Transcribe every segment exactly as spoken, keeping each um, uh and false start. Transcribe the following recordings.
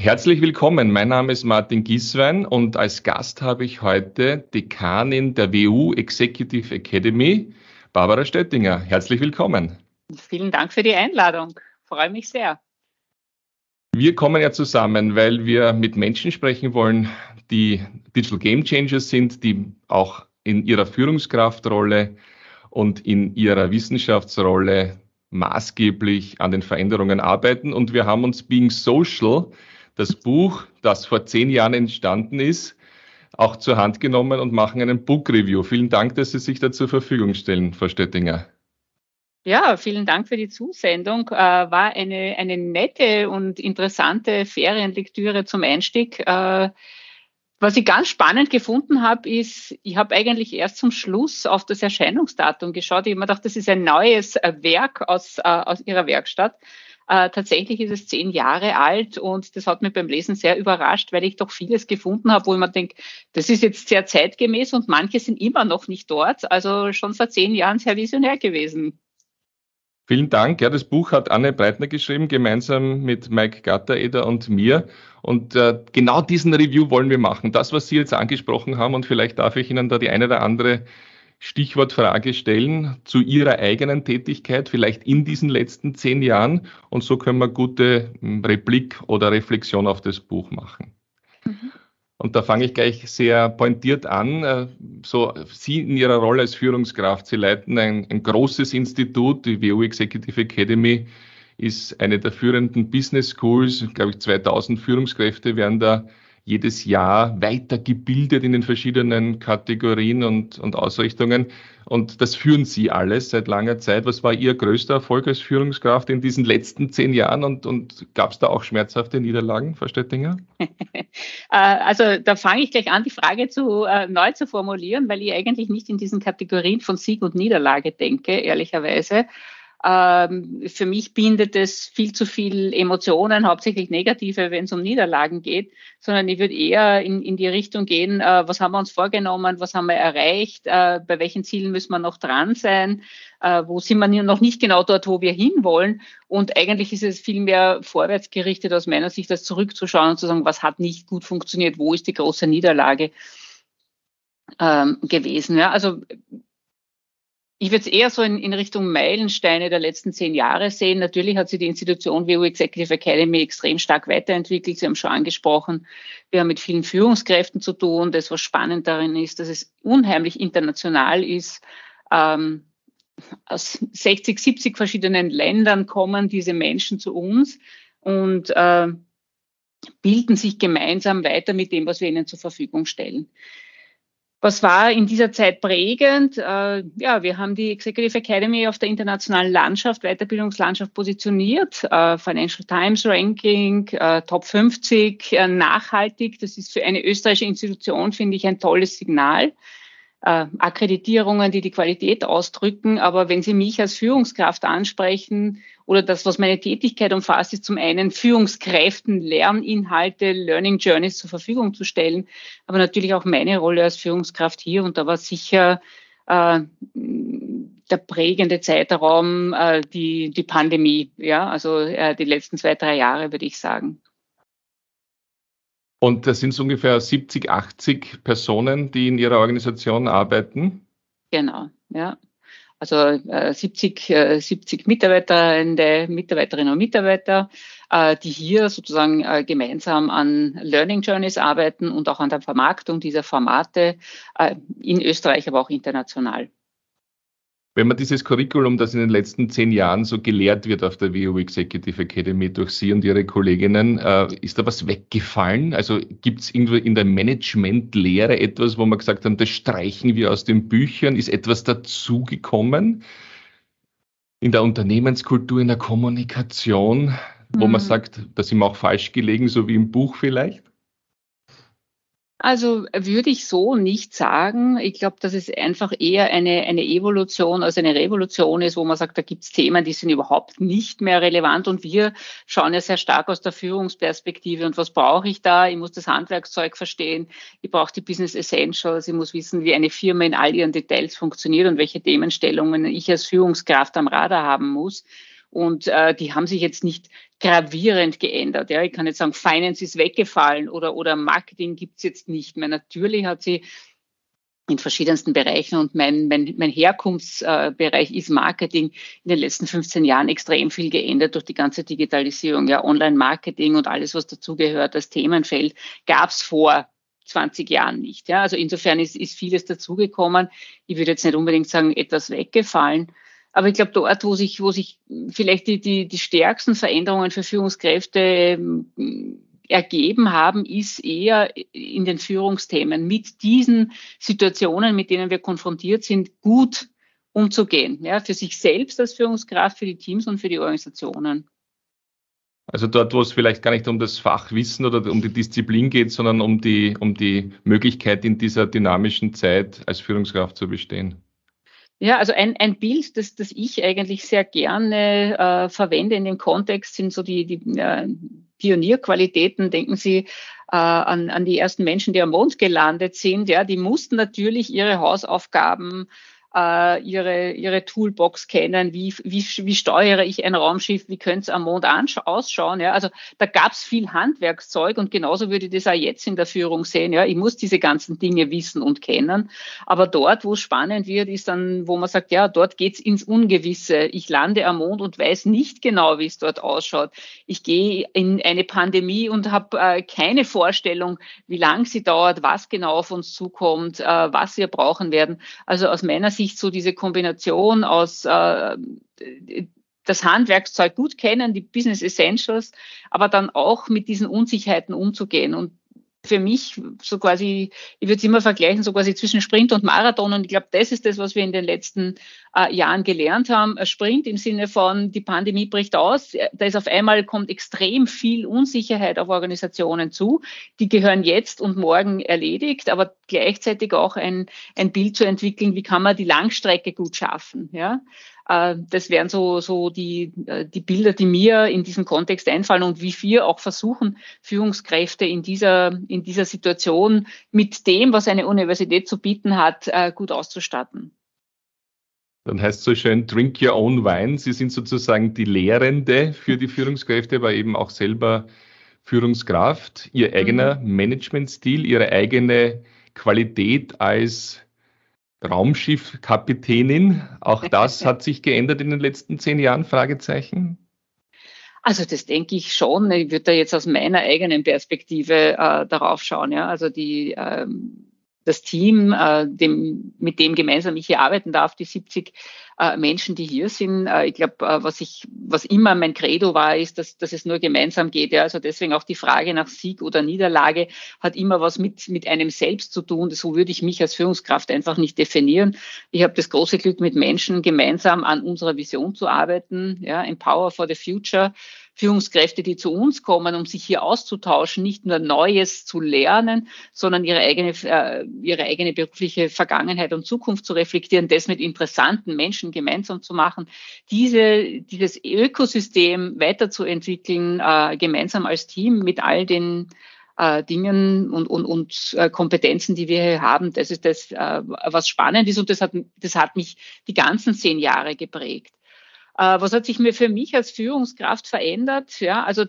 Herzlich willkommen, mein Name ist Martin Gieswein und als Gast habe ich heute Dekanin der W U Executive Academy, Barbara Stöttinger. Herzlich willkommen. Vielen Dank für die Einladung, freue mich sehr. Wir kommen ja zusammen, weil wir mit Menschen sprechen wollen, die Digital Game Changers sind, die auch in ihrer Führungskraftrolle und in ihrer Wissenschaftsrolle maßgeblich an den Veränderungen arbeiten. Und wir haben uns Being Social, das Buch, das vor zehn Jahren entstanden ist, auch zur Hand genommen und machen einen Book Review. Vielen Dank, dass Sie sich da zur Verfügung stellen, Frau Stöttinger. Ja, vielen Dank für die Zusendung. Äh, war eine, eine nette und interessante Ferienlektüre zum Einstieg. Äh, was ich ganz spannend gefunden habe, ist, ich habe eigentlich erst zum Schluss auf das Erscheinungsdatum geschaut. Ich habe mir gedacht, das ist ein neues Werk aus, äh, aus Ihrer Werkstatt. Äh, tatsächlich ist es zehn Jahre alt und das hat mich beim Lesen sehr überrascht, weil ich doch vieles gefunden habe, wo ich mir denke, das ist jetzt sehr zeitgemäß und manche sind immer noch nicht dort. Also schon vor zehn Jahren sehr visionär gewesen. Vielen Dank. Ja, das Buch hat Anne Breitner geschrieben, gemeinsam mit Mike Gattereder und mir. Und äh, genau diesen Review wollen wir machen. Das, was Sie jetzt angesprochen haben, und vielleicht darf ich Ihnen da die eine oder andere Stichwortfrage stellen zu Ihrer eigenen Tätigkeit, vielleicht in diesen letzten zehn Jahren. Und so können wir gute Replik oder Reflexion auf das Buch machen. Mhm. Und da fange ich gleich sehr pointiert an. So, Sie in Ihrer Rolle als Führungskraft, Sie leiten ein, ein großes Institut, die W U Executive Academy ist eine der führenden Business Schools. Glaube ich, zweitausend Führungskräfte werden da jedes Jahr weitergebildet in den verschiedenen Kategorien und, und Ausrichtungen. Und das führen Sie alles seit langer Zeit. Was war Ihr größter Erfolg als Führungskraft in diesen letzten zehn Jahren? Und, und gab es da auch schmerzhafte Niederlagen, Frau Stöttinger? Also da fange ich gleich an, die Frage zu, äh, neu zu formulieren, weil ich eigentlich nicht in diesen Kategorien von Sieg und Niederlage denke, ehrlicherweise. Ähm, für mich bindet es viel zu viel Emotionen, hauptsächlich negative, wenn es um Niederlagen geht, sondern ich würde eher in, in die Richtung gehen, äh, was haben wir uns vorgenommen, was haben wir erreicht, äh, bei welchen Zielen müssen wir noch dran sein, äh, wo sind wir noch nicht genau dort, wo wir hinwollen. Und eigentlich ist es viel mehr vorwärts gerichtet aus meiner Sicht, als zurückzuschauen und zu sagen, was hat nicht gut funktioniert, wo ist die große Niederlage ähm, gewesen. Ja? Also ich würde es eher so in, in Richtung Meilensteine der letzten zehn Jahre sehen. Natürlich hat sich die Institution W U Executive Academy extrem stark weiterentwickelt. Sie haben schon angesprochen, wir haben mit vielen Führungskräften zu tun. Das, was spannend darin ist, dass es unheimlich international ist. Ähm, aus sechzig, siebzig verschiedenen Ländern kommen diese Menschen zu uns und äh, bilden sich gemeinsam weiter mit dem, was wir ihnen zur Verfügung stellen. Was war in dieser Zeit prägend? Äh, ja, wir haben die Executive Academy auf der internationalen Landschaft, Weiterbildungslandschaft positioniert. Äh, Financial Times Ranking, äh, Top fünfzig, äh, nachhaltig. Das ist für eine österreichische Institution, finde ich, ein tolles Signal. Äh, Akkreditierungen, die die Qualität ausdrücken. Aber wenn Sie mich als Führungskraft ansprechen oder das, was meine Tätigkeit umfasst, ist zum einen Führungskräften Lerninhalte, Learning Journeys zur Verfügung zu stellen, aber natürlich auch meine Rolle als Führungskraft hier. Und da war sicher äh, der prägende Zeitraum äh, die, die Pandemie, ja, also äh, die letzten zwei, drei Jahre, würde ich sagen. Und das sind so ungefähr siebzig, achtzig Personen, die in Ihrer Organisation arbeiten? Genau, ja. Also äh, siebzig, äh, siebzig Mitarbeiterinnen, Mitarbeiterinnen und Mitarbeiter, äh, die hier sozusagen äh, gemeinsam an Learning Journeys arbeiten und auch an der Vermarktung dieser Formate äh, in Österreich, aber auch international. Wenn man dieses Curriculum, das in den letzten zehn Jahren so gelehrt wird auf der W U Executive Academy durch Sie und Ihre Kolleginnen, äh, ist da was weggefallen? Also gibt es irgendwo in der Managementlehre etwas, wo man gesagt haben, das streichen wir aus den Büchern? Ist etwas dazugekommen? In der Unternehmenskultur, in der Kommunikation, wo mhm. man sagt, da sind wir auch falsch gelegen, so wie im Buch vielleicht? Also würde ich so nicht sagen. Ich glaube, dass es einfach eher eine, eine Evolution als eine Revolution ist, wo man sagt, da gibt es Themen, die sind überhaupt nicht mehr relevant. Und wir schauen ja sehr stark aus der Führungsperspektive. Und was brauche ich da? Ich muss das Handwerkszeug verstehen. Ich brauche die Business Essentials. Ich muss wissen, wie eine Firma in all ihren Details funktioniert und welche Themenstellungen ich als Führungskraft am Radar haben muss. Und äh, die haben sich jetzt nicht gravierend geändert. Ja, ich kann jetzt sagen, Finance ist weggefallen oder, oder Marketing gibt's jetzt nicht mehr. Natürlich hat sie in verschiedensten Bereichen und mein, mein, mein Herkunftsbereich ist Marketing in den letzten fünfzehn Jahren extrem viel geändert durch die ganze Digitalisierung. Ja, Online-Marketing und alles, was dazugehört, das Themenfeld gab's vor zwanzig Jahren nicht. Ja, also insofern ist, ist vieles dazugekommen. Ich würde jetzt nicht unbedingt sagen, etwas weggefallen. Aber ich glaube, dort, wo sich, wo sich vielleicht die, die, die stärksten Veränderungen für Führungskräfte ähm, ergeben haben, ist eher in den Führungsthemen mit diesen Situationen, mit denen wir konfrontiert sind, gut umzugehen. Ja, für sich selbst als Führungskraft, für die Teams und für die Organisationen. Also dort, wo es vielleicht gar nicht um das Fachwissen oder um die Disziplin geht, sondern um die, um die Möglichkeit, in dieser dynamischen Zeit als Führungskraft zu bestehen. Ja, also ein, ein Bild, das, das ich eigentlich sehr gerne äh, verwende in dem Kontext, sind so die, die äh, Pionierqualitäten. Denken Sie äh, an, an die ersten Menschen, die am Mond gelandet sind. Ja, die mussten natürlich ihre Hausaufgaben, äh, ihre, ihre Toolbox kennen. Wie, wie, wie steuere ich ein Raumschiff? Wie könnte es am Mond ausschauen? Ja, also da gab es viel Handwerkszeug und genauso würde ich das auch jetzt in der Führung sehen. Ja, ich muss diese ganzen Dinge wissen und kennen. Aber dort, wo es spannend wird, ist dann, wo man sagt, ja, dort geht's ins Ungewisse. Ich lande am Mond und weiß nicht genau, wie es dort ausschaut. Ich gehe in eine Pandemie und habe äh, keine Vorstellung, wie lang sie dauert, was genau auf uns zukommt, äh, was wir brauchen werden. Also aus meiner Sicht so diese Kombination aus äh, das Handwerkszeug gut kennen, die Business Essentials, aber dann auch mit diesen Unsicherheiten umzugehen. Und für mich so quasi, ich würde es immer vergleichen, so quasi zwischen Sprint und Marathon. Und ich glaube, das ist das, was wir in den letzten äh, Jahren gelernt haben. Ein Sprint im Sinne von, die Pandemie bricht aus, da ist auf einmal, kommt extrem viel Unsicherheit auf Organisationen zu. Die gehören jetzt und morgen erledigt, aber gleichzeitig auch ein, ein Bild zu entwickeln, wie kann man die Langstrecke gut schaffen, ja. Das wären so, so die, die Bilder, die mir in diesem Kontext einfallen und wie wir auch versuchen, Führungskräfte in dieser, in dieser Situation mit dem, was eine Universität zu bieten hat, gut auszustatten. Dann heißt es so schön, drink your own wine. Sie sind sozusagen die Lehrende für die Führungskräfte, aber eben auch selber Führungskraft. Ihr eigener mhm. Managementstil, Ihre eigene Qualität als Raumschiffkapitänin, auch das hat sich geändert in den letzten zehn Jahren, Fragezeichen? Also das denke ich schon. Ich würde da jetzt aus meiner eigenen Perspektive äh, darauf schauen. Ja, also die ähm, das Team, äh, dem, mit dem gemeinsam ich hier arbeiten darf, die siebzig äh, Menschen, die hier sind. Äh, ich glaube, äh, was ich, was immer mein Credo war, ist, dass, dass es nur gemeinsam geht. Ja? Also deswegen auch die Frage nach Sieg oder Niederlage hat immer was mit, mit einem selbst zu tun. So würde ich mich als Führungskraft einfach nicht definieren. Ich habe das große Glück, mit Menschen gemeinsam an unserer Vision zu arbeiten. Ja? Empower for the Future. Führungskräfte, die zu uns kommen, um sich hier auszutauschen, nicht nur Neues zu lernen, sondern ihre eigene, äh, ihre eigene berufliche Vergangenheit und Zukunft zu reflektieren, das mit interessanten Menschen gemeinsam zu machen, diese, dieses Ökosystem weiterzuentwickeln, äh, gemeinsam als Team mit all den äh, Dingen und, und, und äh, Kompetenzen, die wir hier haben. Das ist das, äh, was spannend ist und das hat, das hat mich die ganzen zehn Jahre geprägt. Was hat sich mir für mich als Führungskraft verändert? Ja, also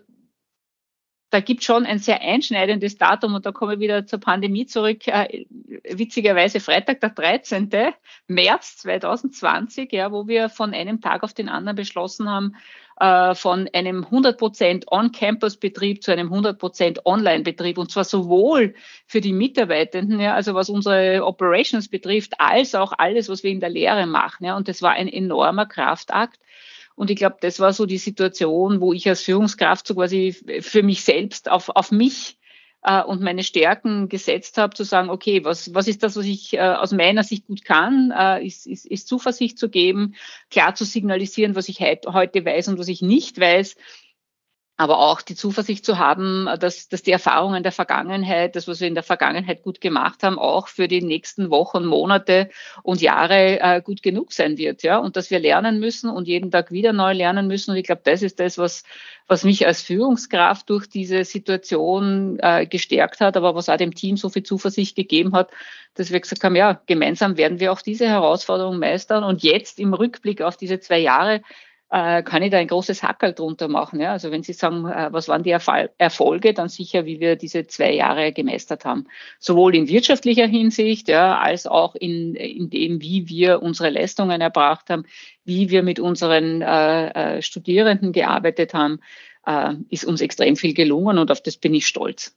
da gibt schon ein sehr einschneidendes Datum und da komme ich wieder zur Pandemie zurück. Äh, witzigerweise Freitag, der dreizehnten März zweitausendzwanzig, ja, wo wir von einem Tag auf den anderen beschlossen haben, äh, von einem hundert Prozent On-Campus-Betrieb zu einem hundert Prozent Online-Betrieb und zwar sowohl für die Mitarbeitenden, ja, also was unsere Operations betrifft, als auch alles, was wir in der Lehre machen. Ja, und das war ein enormer Kraftakt. Und ich glaube, das war so die Situation, wo ich als Führungskraft so quasi für mich selbst auf, auf mich äh, und meine Stärken gesetzt habe, zu sagen, okay, was, was ist das, was ich äh, aus meiner Sicht gut kann, äh, ist, ist, ist Zuversicht zu geben, klar zu signalisieren, was ich heit, heute weiß und was ich nicht weiß, aber auch die Zuversicht zu haben, dass, dass die Erfahrungen der Vergangenheit, das, was wir in der Vergangenheit gut gemacht haben, auch für die nächsten Wochen, Monate und Jahre äh, gut genug sein wird, ja, und dass wir lernen müssen und jeden Tag wieder neu lernen müssen. Und ich glaube, das ist das, was, was mich als Führungskraft durch diese Situation äh, gestärkt hat, aber was auch dem Team so viel Zuversicht gegeben hat, dass wir gesagt haben, ja, gemeinsam werden wir auch diese Herausforderung meistern. Und jetzt im Rückblick auf diese zwei Jahre äh, kann ich da ein großes Hackerl drunter machen. Ja? Also wenn Sie sagen, äh, was waren die Erfall- Erfolge, dann sicher, wie wir diese zwei Jahre gemeistert haben. Sowohl in wirtschaftlicher Hinsicht, ja, als auch in, in dem, wie wir unsere Leistungen erbracht haben, wie wir mit unseren äh, äh, Studierenden gearbeitet haben, äh, ist uns extrem viel gelungen und auf das bin ich stolz.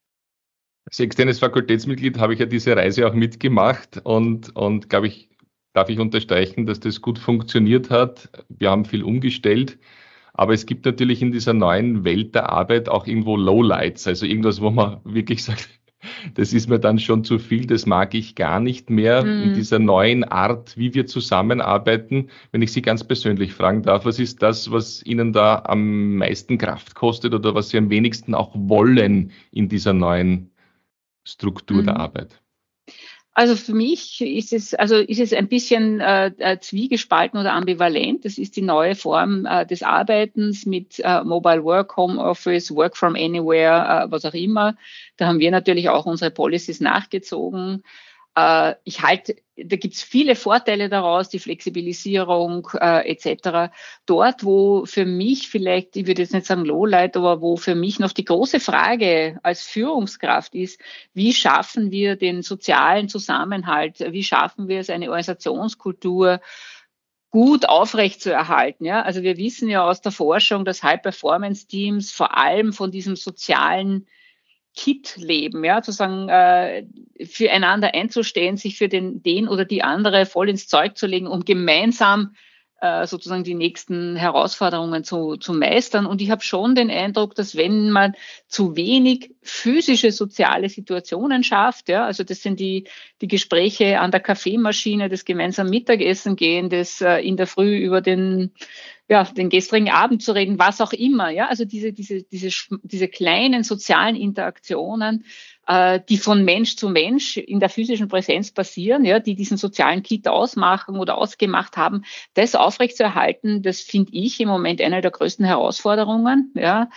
Als externes Fakultätsmitglied habe ich ja diese Reise auch mitgemacht und, und glaube ich, darf ich unterstreichen, dass das gut funktioniert hat. Wir haben viel umgestellt, aber es gibt natürlich in dieser neuen Welt der Arbeit auch irgendwo Lowlights, also irgendwas, wo man wirklich sagt, das ist mir dann schon zu viel, das mag ich gar nicht mehr in Mhm. dieser neuen Art, wie wir zusammenarbeiten. Wenn ich Sie ganz persönlich fragen darf, was ist das, was Ihnen da am meisten Kraft kostet oder was Sie am wenigsten auch wollen in dieser neuen Struktur der Mhm. Arbeit? Also für mich ist es, also ist es ein bisschen äh, äh, zwiegespalten oder ambivalent. Das ist die neue Form äh, des Arbeitens mit äh, Mobile Work, Home Office, Work from Anywhere, äh, was auch immer. Da haben wir natürlich auch unsere Policies nachgezogen. Äh, ich halte, da gibt es viele Vorteile daraus, die Flexibilisierung äh, et cetera. Dort, wo für mich vielleicht, ich würde jetzt nicht sagen Lowlight, aber wo für mich noch die große Frage als Führungskraft ist, wie schaffen wir den sozialen Zusammenhalt, wie schaffen wir es, eine Organisationskultur gut aufrechtzuerhalten. Ja? Also wir wissen ja aus der Forschung, dass High-Performance-Teams vor allem von diesem sozialen Kit leben, ja, sozusagen äh, füreinander einzustehen, sich für den, den oder die andere voll ins Zeug zu legen, um gemeinsam äh, sozusagen die nächsten Herausforderungen zu, zu meistern. Und ich habe schon den Eindruck, dass wenn man zu wenig physische soziale Situationen schafft, ja, also das sind die, die Gespräche an der Kaffeemaschine, das gemeinsam Mittagessen gehen, das äh, in der Früh über den ja, den gestrigen Abend zu reden, was auch immer, ja, also diese, diese, diese, diese kleinen sozialen Interaktionen, äh, die von Mensch zu Mensch in der physischen Präsenz passieren, ja, die diesen sozialen Kit ausmachen oder ausgemacht haben, das aufrechtzuerhalten, das finde ich im Moment eine der größten Herausforderungen, ja,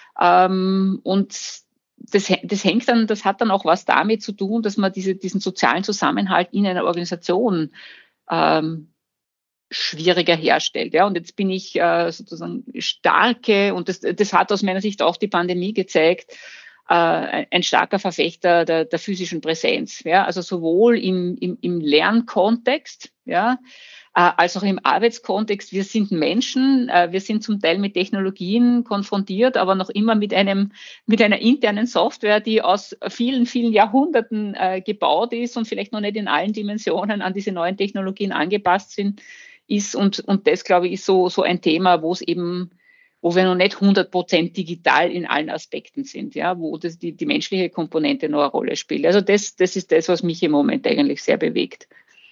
ähm, und das, das hängt dann, das hat dann auch was damit zu tun, dass man diese, diesen sozialen Zusammenhalt in einer Organisation ähm, schwieriger herstellt. Ja, und jetzt bin ich äh, sozusagen starke, und das, das hat aus meiner Sicht auch die Pandemie gezeigt, äh, ein starker Verfechter der, der physischen Präsenz. Ja, also sowohl im, im, im Lernkontext, ja, äh, als auch im Arbeitskontext. Wir sind Menschen, äh, wir sind zum Teil mit Technologien konfrontiert, aber noch immer mit einem, mit einer internen Software, die aus vielen, vielen Jahrhunderten äh, gebaut ist und vielleicht noch nicht in allen Dimensionen an diese neuen Technologien angepasst sind. Ist und, und das, glaube ich, ist so, so ein Thema, wo es eben, wo wir noch nicht hundert Prozent digital in allen Aspekten sind, ja, wo das, die, die menschliche Komponente noch eine Rolle spielt. Also das, das ist das, was mich im Moment eigentlich sehr bewegt.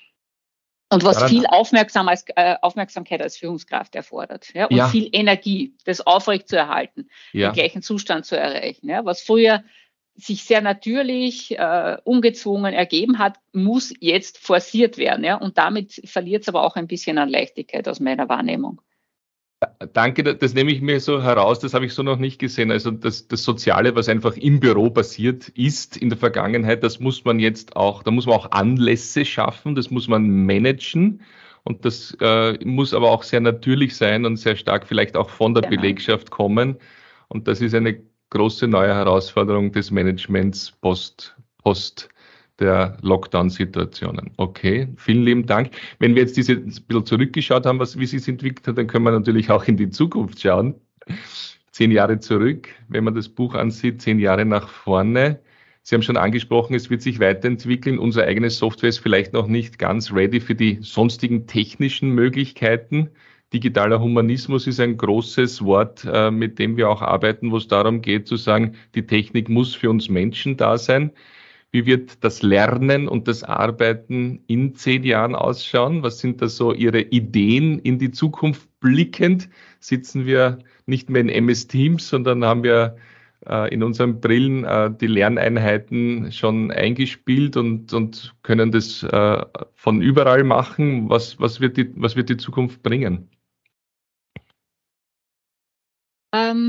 Und was Daran, viel Aufmerksam als, äh, Aufmerksamkeit als Führungskraft erfordert, ja, und ja, viel Energie, das aufrechtzuerhalten, den ja. gleichen Zustand zu erreichen, ja, was früher sich sehr natürlich, äh, ungezwungen ergeben hat, muss jetzt forciert werden, ja, und damit verliert es aber auch ein bisschen an Leichtigkeit aus meiner Wahrnehmung. Danke, das nehme ich mir so heraus, das habe ich so noch nicht gesehen. Also das, das Soziale, was einfach im Büro passiert ist in der Vergangenheit, das muss man jetzt auch, da muss man auch Anlässe schaffen, das muss man managen und das äh, muss aber auch sehr natürlich sein und sehr stark vielleicht auch von der Genau. Belegschaft kommen. Und das ist eine große neue Herausforderung des Managements post, post der Lockdown-Situationen. Okay, vielen lieben Dank. Wenn wir jetzt diese ein bisschen zurückgeschaut haben, was, wie sich entwickelt hat, dann können wir natürlich auch in die Zukunft schauen. Zehn Jahre zurück, wenn man das Buch ansieht, zehn Jahre nach vorne. Sie haben schon angesprochen, es wird sich weiterentwickeln. Unsere eigene Software ist vielleicht noch nicht ganz ready für die sonstigen technischen Möglichkeiten. Digitaler Humanismus ist ein großes Wort, mit dem wir auch arbeiten, wo es darum geht zu sagen, die Technik muss für uns Menschen da sein. Wie wird das Lernen und das Arbeiten in zehn Jahren ausschauen? Was sind da so Ihre Ideen in die Zukunft blickend? Sitzen wir nicht mehr in M S Teams, sondern haben wir äh, in unseren Brillen äh, die Lerneinheiten schon eingespielt und, und können das äh, von überall machen? Was, was wird die, was wird die Zukunft bringen? Ähm,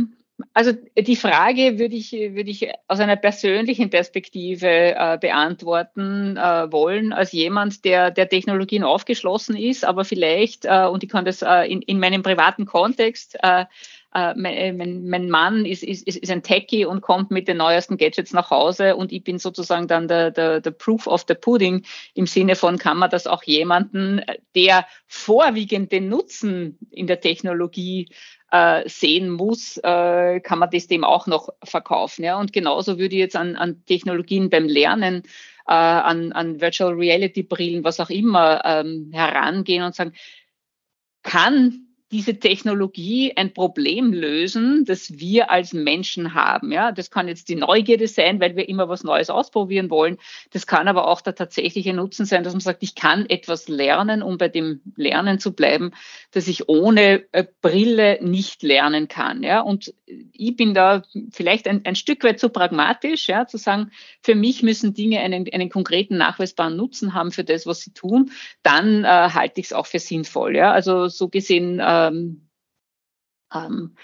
Also die Frage würde ich, würde ich aus einer persönlichen Perspektive äh, beantworten äh, wollen, als jemand, der der Technologien aufgeschlossen ist, aber vielleicht, äh, und ich kann das äh, in, in meinem privaten Kontext, äh, äh, mein, mein, mein Mann ist, ist, ist ein Techie und kommt mit den neuesten Gadgets nach Hause und ich bin sozusagen dann der, der, der Proof of the Pudding im Sinne von, kann man das auch jemanden, der vorwiegend den Nutzen in der Technologie äh, sehen muss, äh, kann man das dem auch noch verkaufen. Ja? Und genauso würde ich jetzt an, an Technologien beim Lernen, äh, an, an Virtual Reality Brillen, was auch immer, ähm, herangehen und sagen, kann diese Technologie ein Problem lösen, das wir als Menschen haben. Ja, das kann jetzt die Neugierde sein, weil wir immer was Neues ausprobieren wollen. Das kann aber auch der tatsächliche Nutzen sein, dass man sagt, ich kann etwas lernen, um bei dem Lernen zu bleiben, dass ich ohne äh, Brille nicht lernen kann. Ja, und ich bin da vielleicht ein, ein Stück weit zu pragmatisch, ja, zu sagen, für mich müssen Dinge einen, einen konkreten, nachweisbaren Nutzen haben für das, was sie tun. Dann äh, halte ich es auch für sinnvoll. Ja, also so gesehen ähm, ähm,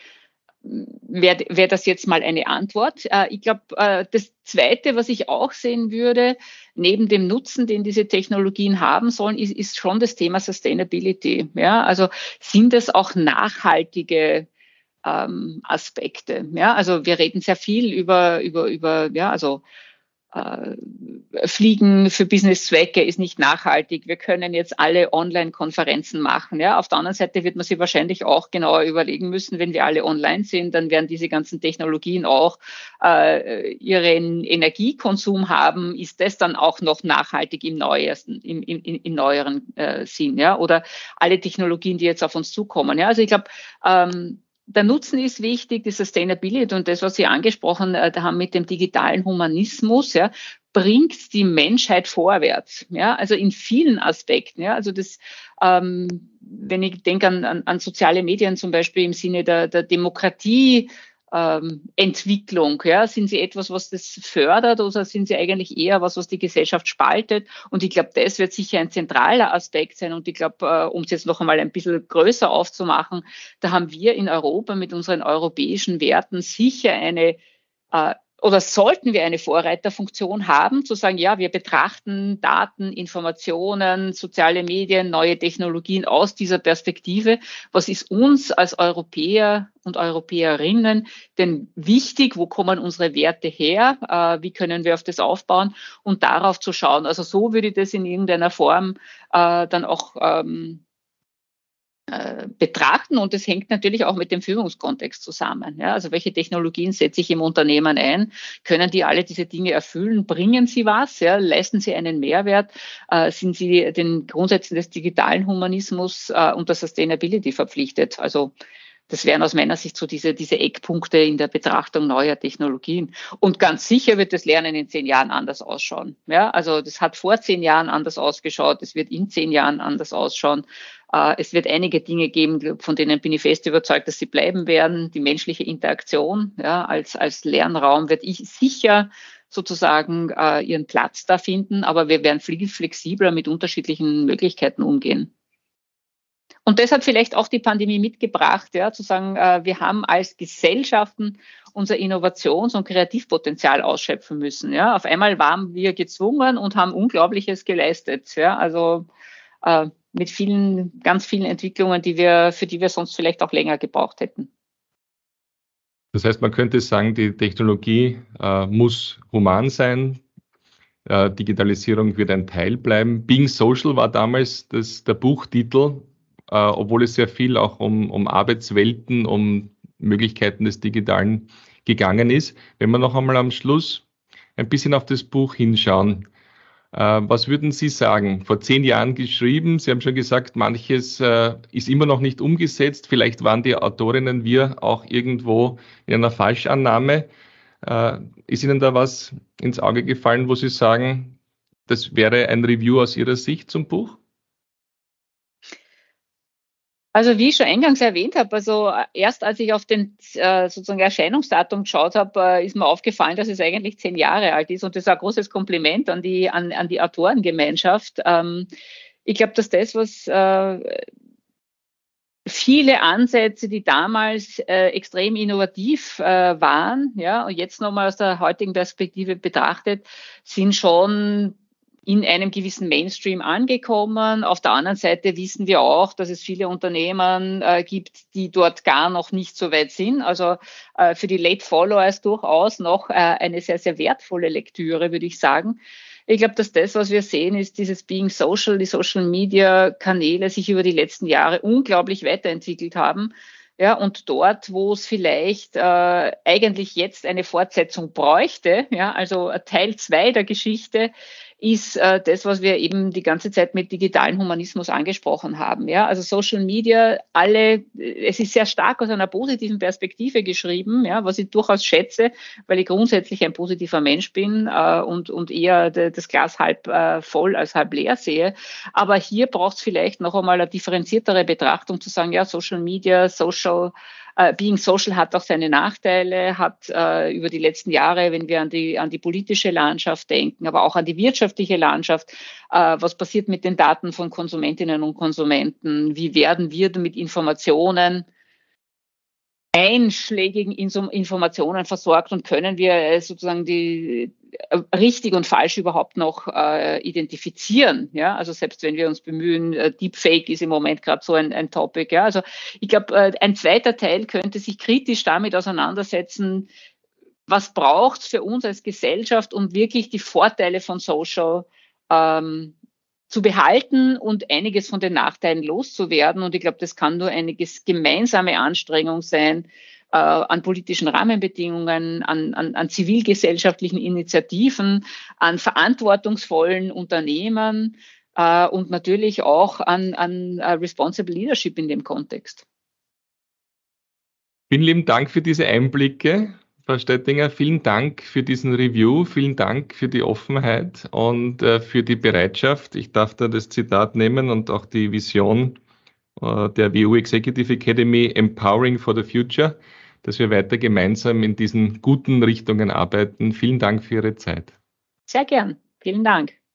wäre wär das jetzt mal eine Antwort. Äh, ich glaube, äh, das Zweite, was ich auch sehen würde, neben dem Nutzen, den diese Technologien haben sollen, ist, ist schon das Thema Sustainability. Ja, also sind es auch nachhaltige ähm, Aspekte? Ja, also wir reden sehr viel über über über ja, also äh, Fliegen für Businesszwecke ist nicht nachhaltig. Wir können jetzt alle Online-Konferenzen machen. Ja, auf der anderen Seite wird man sich wahrscheinlich auch genauer überlegen müssen, wenn wir alle online sind, dann werden diese ganzen Technologien auch äh, ihren Energiekonsum haben. Ist das dann auch noch nachhaltig im neuesten, im, im, im neueren äh, Sinn? Ja, oder alle Technologien, die jetzt auf uns zukommen. Ja, also ich glaube, ähm, der Nutzen ist wichtig, die Sustainability und das, was Sie angesprochen äh, haben mit dem digitalen Humanismus, ja, bringt die Menschheit vorwärts. Ja, also in vielen Aspekten. Ja, also das, ähm, wenn ich denke an, an, an soziale Medien zum Beispiel im Sinne der, der Demokratie, ähm, Entwicklung, ja, sind sie etwas, was das fördert oder sind sie eigentlich eher was, was die Gesellschaft spaltet? Und ich glaube, das wird sicher ein zentraler Aspekt sein. Und ich glaube, äh, um es jetzt noch einmal ein bisschen größer aufzumachen, da haben wir in Europa mit unseren europäischen Werten sicher eine äh, oder sollten wir eine Vorreiterfunktion haben, zu sagen, ja, wir betrachten Daten, Informationen, soziale Medien, neue Technologien aus dieser Perspektive. Was ist uns als Europäer und Europäerinnen denn wichtig? Wo kommen unsere Werte her? Äh, wie können wir auf das aufbauen? Und darauf zu schauen. Also so würde ich das in irgendeiner Form äh, dann auch ähm, betrachten und das hängt natürlich auch mit dem Führungskontext zusammen. Ja, also welche Technologien setze ich im Unternehmen ein? Können die alle diese Dinge erfüllen? Bringen sie was? Ja, leisten sie einen Mehrwert? Äh, sind sie den Grundsätzen des digitalen Humanismus äh, und der Sustainability verpflichtet? Also das wären aus meiner Sicht so diese, diese Eckpunkte in der Betrachtung neuer Technologien. Und ganz sicher wird das Lernen in zehn Jahren anders ausschauen. Ja, also das hat vor zehn Jahren anders ausgeschaut. Es wird in zehn Jahren anders ausschauen. Es wird einige Dinge geben, von denen bin ich fest überzeugt, dass sie bleiben werden. Die menschliche Interaktion, ja, als, als Lernraum wird ich sicher sozusagen äh, ihren Platz da finden. Aber wir werden viel flexibler mit unterschiedlichen Möglichkeiten umgehen. Und das hat vielleicht auch die Pandemie mitgebracht, ja, zu sagen, äh, wir haben als Gesellschaften unser Innovations- und Kreativpotenzial ausschöpfen müssen. Ja. Auf einmal waren wir gezwungen und haben Unglaubliches geleistet. Ja. Also äh, mit vielen, ganz vielen Entwicklungen, die wir, für die wir sonst vielleicht auch länger gebraucht hätten. Das heißt, man könnte sagen, die Technologie äh, muss human sein. Äh, Digitalisierung wird ein Teil bleiben. Being Social war damals das, der Buchtitel, äh, obwohl es sehr viel auch um, um Arbeitswelten, um Möglichkeiten des Digitalen gegangen ist. Wenn wir noch einmal am Schluss ein bisschen auf das Buch hinschauen, äh, was würden Sie sagen? Vor zehn Jahren geschrieben, Sie haben schon gesagt, manches äh, ist immer noch nicht umgesetzt. Vielleicht waren die Autorinnen, wir auch irgendwo in einer Falschannahme. Äh, ist Ihnen da was ins Auge gefallen, wo Sie sagen, das wäre ein Review aus Ihrer Sicht zum Buch? Also wie ich schon eingangs erwähnt habe, also erst als ich auf den äh, sozusagen Erscheinungsdatum geschaut habe, äh, ist mir aufgefallen, dass es eigentlich zehn Jahre alt ist und das ist ein großes Kompliment an die an, an die Autorengemeinschaft. Ähm, ich glaube, dass das, was äh, viele Ansätze, die damals äh, extrem innovativ äh, waren, ja, und jetzt nochmal aus der heutigen Perspektive betrachtet, sind schon in einem gewissen Mainstream angekommen. Auf der anderen Seite wissen wir auch, dass es viele Unternehmen äh, gibt, die dort gar noch nicht so weit sind. Also äh, für die Late Follower ist durchaus noch äh, eine sehr, sehr wertvolle Lektüre, würde ich sagen. Ich glaube, dass das, was wir sehen, ist dieses Being Social, die Social-Media-Kanäle sich über die letzten Jahre unglaublich weiterentwickelt haben. Ja, und dort, wo es vielleicht äh, eigentlich jetzt eine Fortsetzung bräuchte, ja, also Teil zwei der Geschichte, ist äh, das, was wir eben die ganze Zeit mit digitalen Humanismus angesprochen haben. Ja, also Social Media, alle, es ist sehr stark aus einer positiven Perspektive geschrieben, ja, was ich durchaus schätze, weil ich grundsätzlich ein positiver Mensch bin äh, und, und eher de, das Glas halb äh, voll als halb leer sehe. Aber hier braucht es vielleicht noch einmal eine differenziertere Betrachtung, zu sagen, ja, Social Media, Social Uh, Being Social hat auch seine Nachteile, hat uh, über die letzten Jahre, wenn wir an die, an die politische Landschaft denken, aber auch an die wirtschaftliche Landschaft, uh, was passiert mit den Daten von Konsumentinnen und Konsumenten, wie werden wir mit Informationen, einschlägigen Informationen versorgt und können wir sozusagen die äh, richtig und falsch überhaupt noch äh, identifizieren. Ja, also selbst wenn wir uns bemühen, äh, Deepfake ist im Moment gerade so ein, ein Topic. Ja, also ich glaube, äh, ein zweiter Teil könnte sich kritisch damit auseinandersetzen, was braucht es für uns als Gesellschaft, um wirklich die Vorteile von Social ähm, zu behalten und einiges von den Nachteilen loszuwerden. Und ich glaube, das kann nur eine gemeinsame Anstrengung sein, äh, an politischen Rahmenbedingungen, an, an, an zivilgesellschaftlichen Initiativen, an verantwortungsvollen Unternehmen äh, und natürlich auch an, an uh, Responsible Leadership in dem Kontext. Vielen lieben Dank für diese Einblicke. Frau Stettinger, vielen Dank für diesen Review, vielen Dank für die Offenheit und äh, für die Bereitschaft. Ich darf da das Zitat nehmen und auch die Vision äh, der W U Executive Academy Empowering for the Future, dass wir weiter gemeinsam in diesen guten Richtungen arbeiten. Vielen Dank für Ihre Zeit. Sehr gern. Vielen Dank.